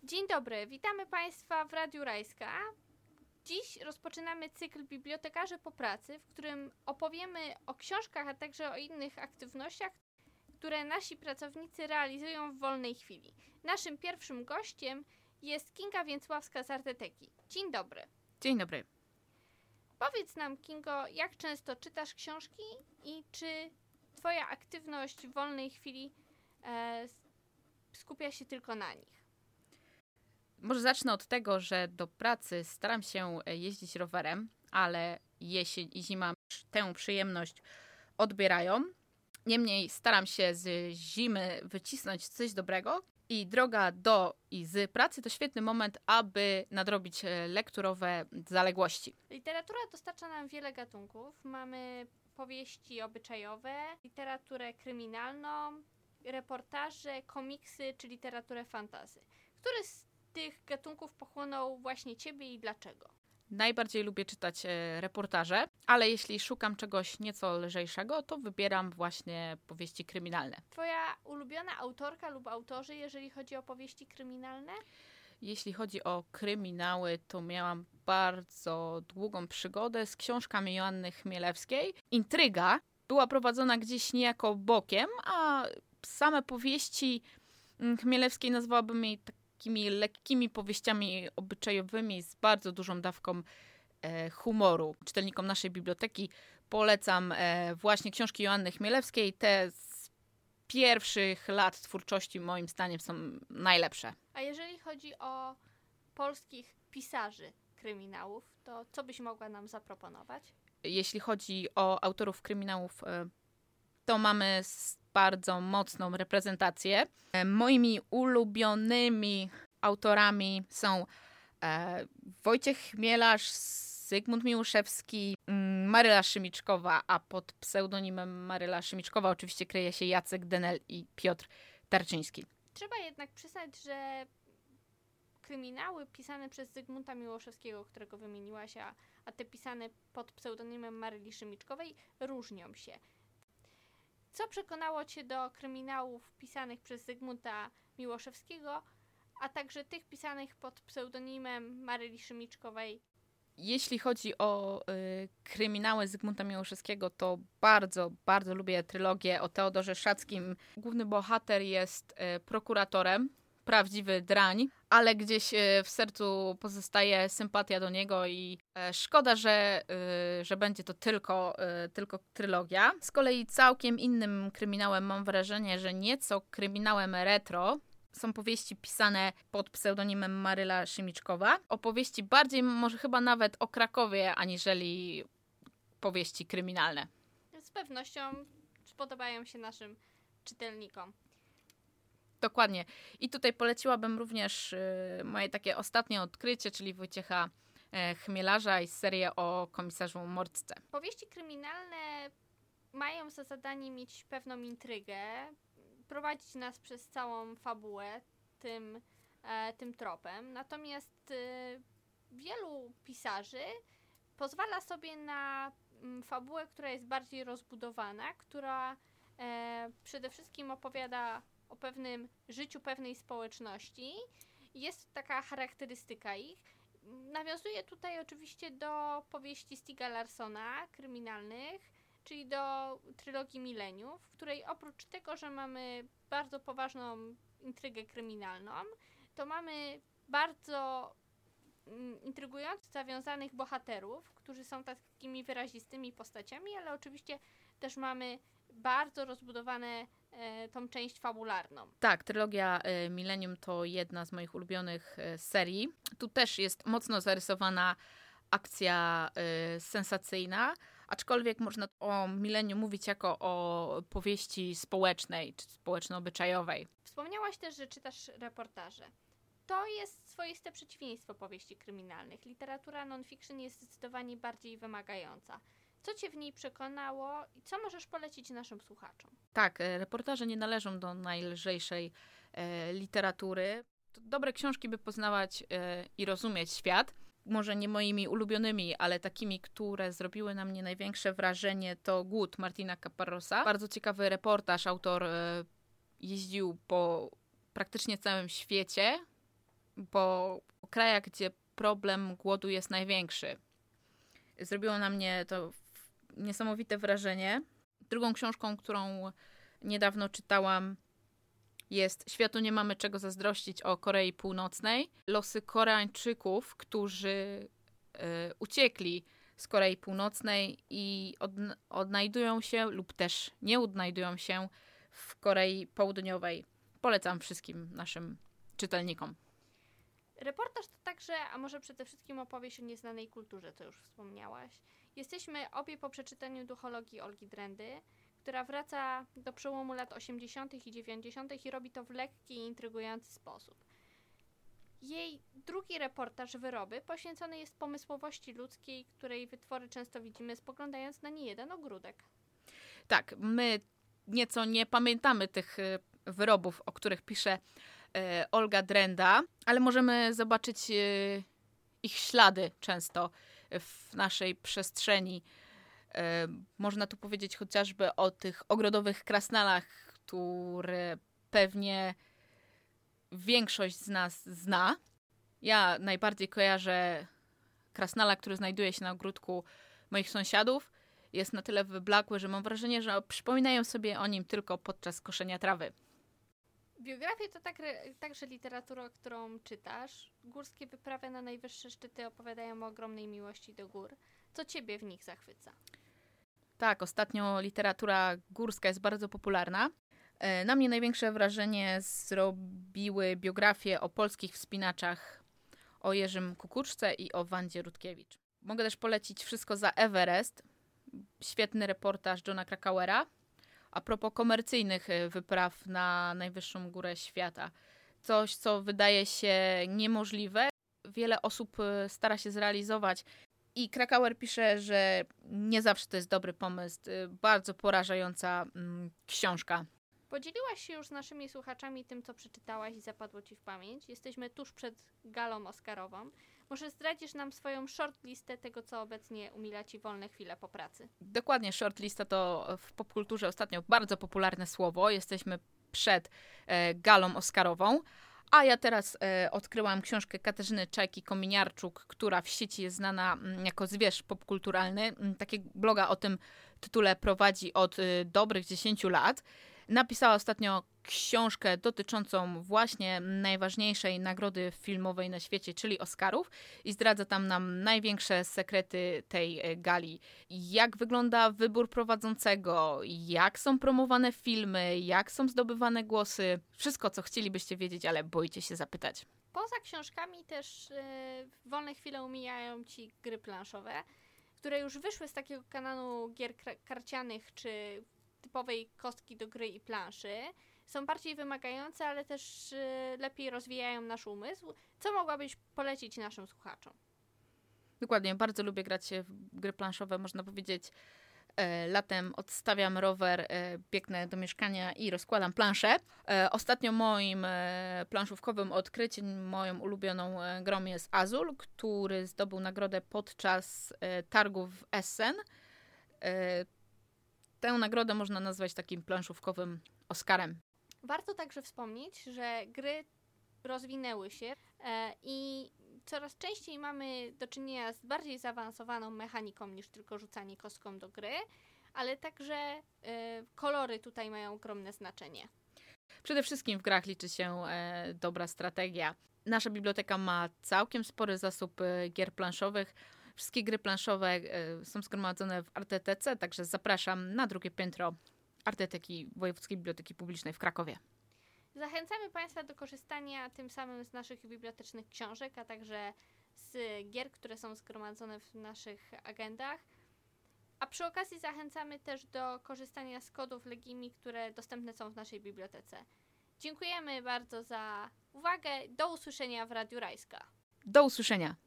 Dzień dobry, witamy Państwa w Radiu Rajska. Dziś rozpoczynamy cykl Bibliotekarzy po pracy, w którym opowiemy o książkach, a także o innych aktywnościach, które nasi pracownicy realizują w wolnej chwili. Naszym pierwszym gościem jest Kinga Więcławska z Arteteki. Dzień dobry. Dzień dobry. Powiedz nam, Kingo, jak często czytasz książki i czy Twoja aktywność w wolnej chwili skupia się tylko na nich? Może zacznę od tego, że do pracy staram się jeździć rowerem, ale jesień i zima tę przyjemność odbierają. Niemniej staram się z zimy wycisnąć coś dobrego i droga do i z pracy to świetny moment, aby nadrobić lekturowe zaległości. Literatura dostarcza nam wiele gatunków. Mamy powieści obyczajowe, literaturę kryminalną, reportaże, komiksy czy literaturę fantasy. Który z tych gatunków pochłonął właśnie Ciebie i dlaczego? Najbardziej lubię czytać reportaże, ale jeśli szukam czegoś nieco lżejszego, to wybieram właśnie powieści kryminalne. Twoja ulubiona autorka lub autorzy, jeżeli chodzi o powieści kryminalne? Jeśli chodzi o kryminały, to miałam bardzo długą przygodę z książkami Joanny Chmielewskiej. Intryga była prowadzona gdzieś niejako bokiem, a same powieści Chmielewskiej nazwałabym jej takimi lekkimi powieściami obyczajowymi z bardzo dużą dawką humoru. Czytelnikom naszej biblioteki polecam właśnie książki Joanny Chmielewskiej. Te z pierwszych lat twórczości moim zdaniem są najlepsze. A jeżeli chodzi o polskich pisarzy kryminałów, to co byś mogła nam zaproponować? Jeśli chodzi o autorów kryminałów, to mamy bardzo mocną reprezentację. Moimi ulubionymi autorami są Wojciech Chmielarz, Zygmunt Miłuszewski, Maryla Szymiczkowa, a pod pseudonimem Maryla Szymiczkowa oczywiście kryje się Jacek Denel i Piotr Tarczyński. Trzeba jednak przyznać, że kryminały pisane przez Zygmunta Miłoszewskiego, którego wymieniłaś, a te pisane pod pseudonimem Maryli Szymiczkowej różnią się. Co przekonało Cię do kryminałów pisanych przez Zygmunta Miłoszewskiego, a także tych pisanych pod pseudonimem Maryli Szymiczkowej? Jeśli chodzi o kryminały Zygmunta Miłoszewskiego, to bardzo, bardzo lubię trylogię o Teodorze Szackim. Główny bohater jest prokuratorem, prawdziwy drań, ale gdzieś w sercu pozostaje sympatia do niego i szkoda, że będzie to tylko trylogia. Z kolei całkiem innym kryminałem, mam wrażenie, że nieco kryminałem retro, są powieści pisane pod pseudonimem Maryla Szymiczkowa. Opowieści bardziej może chyba nawet o Krakowie, aniżeli powieści kryminalne. Z pewnością spodobają się naszym czytelnikom. Dokładnie. I tutaj poleciłabym również moje takie ostatnie odkrycie, czyli Wojciecha Chmielarza i serię o komisarzu Mordce. Powieści kryminalne mają za zadanie mieć pewną intrygę, prowadzić nas przez całą fabułę tym tropem. Natomiast wielu pisarzy pozwala sobie na fabułę, która jest bardziej rozbudowana, która przede wszystkim opowiada o pewnym życiu pewnej społeczności. Jest taka charakterystyka ich. Nawiązuje tutaj oczywiście do powieści Stiga Larssona, kryminalnych, czyli do trylogii Mileniów, w której oprócz tego, że mamy bardzo poważną intrygę kryminalną, to mamy bardzo intrygująco zawiązanych bohaterów, którzy są takimi wyrazistymi postaciami, ale oczywiście też mamy bardzo rozbudowane tą część fabularną. Tak, trylogia Millennium to jedna z moich ulubionych serii. Tu też jest mocno zarysowana akcja sensacyjna, aczkolwiek można o Millennium mówić jako o powieści społecznej czy społeczno-obyczajowej. Wspomniałaś też, że czytasz reportaże. To jest swoiste przeciwieństwo powieści kryminalnych. Literatura non-fiction jest zdecydowanie bardziej wymagająca. Co Cię w niej przekonało i co możesz polecić naszym słuchaczom? Tak, reportaże nie należą do najlżejszej literatury. To dobre książki, by poznawać i rozumieć świat. Może nie moimi ulubionymi, ale takimi, które zrobiły na mnie największe wrażenie, to Głód Martina Caparrosa. Bardzo ciekawy reportaż. Autor jeździł po praktycznie całym świecie bo w krajach, gdzie problem głodu jest największy. Zrobiło na mnie to niesamowite wrażenie. Drugą książką, którą niedawno czytałam, jest Światu nie mamy czego zazdrościć o Korei Północnej. Losy Koreańczyków, którzy uciekli z Korei Północnej i odnajdują się lub też nie odnajdują się w Korei Południowej. Polecam wszystkim naszym czytelnikom. Reportaż to także, a może przede wszystkim opowieść o nieznanej kulturze, co już wspomniałaś. Jesteśmy obie po przeczytaniu duchologii Olgi Drendy, która wraca do przełomu lat 80. i 90. i robi to w lekki i intrygujący sposób. Jej drugi reportaż Wyroby poświęcony jest pomysłowości ludzkiej, której wytwory często widzimy spoglądając na niejeden ogródek. Tak, my nieco nie pamiętamy tych wyrobów, o których pisze Olga Drenda, ale możemy zobaczyć ich ślady często w naszej przestrzeni. Można tu powiedzieć chociażby o tych ogrodowych krasnalach, które pewnie większość z nas zna. Ja najbardziej kojarzę krasnala, który znajduje się na ogródku moich sąsiadów. Jest na tyle wyblakły, że mam wrażenie, że przypominają sobie o nim tylko podczas koszenia trawy. Biografie to także literatura, którą czytasz. Górskie wyprawy na najwyższe szczyty opowiadają o ogromnej miłości do gór. Co ciebie w nich zachwyca? Tak, ostatnio literatura górska jest bardzo popularna. Na mnie największe wrażenie zrobiły biografie o polskich wspinaczach, o Jerzym Kukuczce i o Wandzie Rutkiewicz. Mogę też polecić Wszystko za Everest. Świetny reportaż Johna Krakauera a propos komercyjnych wypraw na najwyższą górę świata. Coś, co wydaje się niemożliwe. Wiele osób stara się zrealizować i Krakauer pisze, że nie zawsze to jest dobry pomysł. Bardzo porażająca książka. Podzieliłaś się już z naszymi słuchaczami tym, co przeczytałaś i zapadło ci w pamięć. Jesteśmy tuż przed galą oscarową. Może zdradzisz nam swoją shortlistę tego, co obecnie umila ci wolne chwile po pracy? Dokładnie, shortlista to w popkulturze ostatnio bardzo popularne słowo. Jesteśmy przed galą oscarową. A ja teraz odkryłam książkę Katarzyny Czajki-Kominiarczuk, która w sieci jest znana jako zwierz popkulturalny. Takiego bloga o tym tytule prowadzi od dobrych 10 lat. Napisała ostatnio książkę dotyczącą właśnie najważniejszej nagrody filmowej na świecie, czyli Oscarów, i zdradza tam nam największe sekrety tej gali. Jak wygląda wybór prowadzącego, jak są promowane filmy, jak są zdobywane głosy. Wszystko, co chcielibyście wiedzieć, ale boicie się zapytać. Poza książkami też w wolne chwile umijają ci gry planszowe, które już wyszły z takiego kanonu gier karcianych czy typowej kostki do gry i planszy. Są bardziej wymagające, ale też lepiej rozwijają nasz umysł. Co mogłabyś polecić naszym słuchaczom? Dokładnie, bardzo lubię grać w gry planszowe, można powiedzieć. Latem odstawiam rower, biegnę do mieszkania i rozkładam planszę. Ostatnio moim planszówkowym odkryciem, moją ulubioną grą jest Azul, który zdobył nagrodę podczas targów w Essen. Tę nagrodę można nazwać takim planszówkowym Oscarem. Warto także wspomnieć, że gry rozwinęły się i coraz częściej mamy do czynienia z bardziej zaawansowaną mechaniką niż tylko rzucanie kostką do gry, ale także kolory tutaj mają ogromne znaczenie. Przede wszystkim w grach liczy się dobra strategia. Nasza biblioteka ma całkiem spory zasób gier planszowych. Wszystkie gry planszowe są zgromadzone w Artetece, także zapraszam na drugie piętro Arteteki Wojewódzkiej Biblioteki Publicznej w Krakowie. Zachęcamy Państwa do korzystania tym samym z naszych bibliotecznych książek, a także z gier, które są zgromadzone w naszych agendach. A przy okazji zachęcamy też do korzystania z kodów Legimi, które dostępne są w naszej bibliotece. Dziękujemy bardzo za uwagę. Do usłyszenia w Radiu Rajska. Do usłyszenia.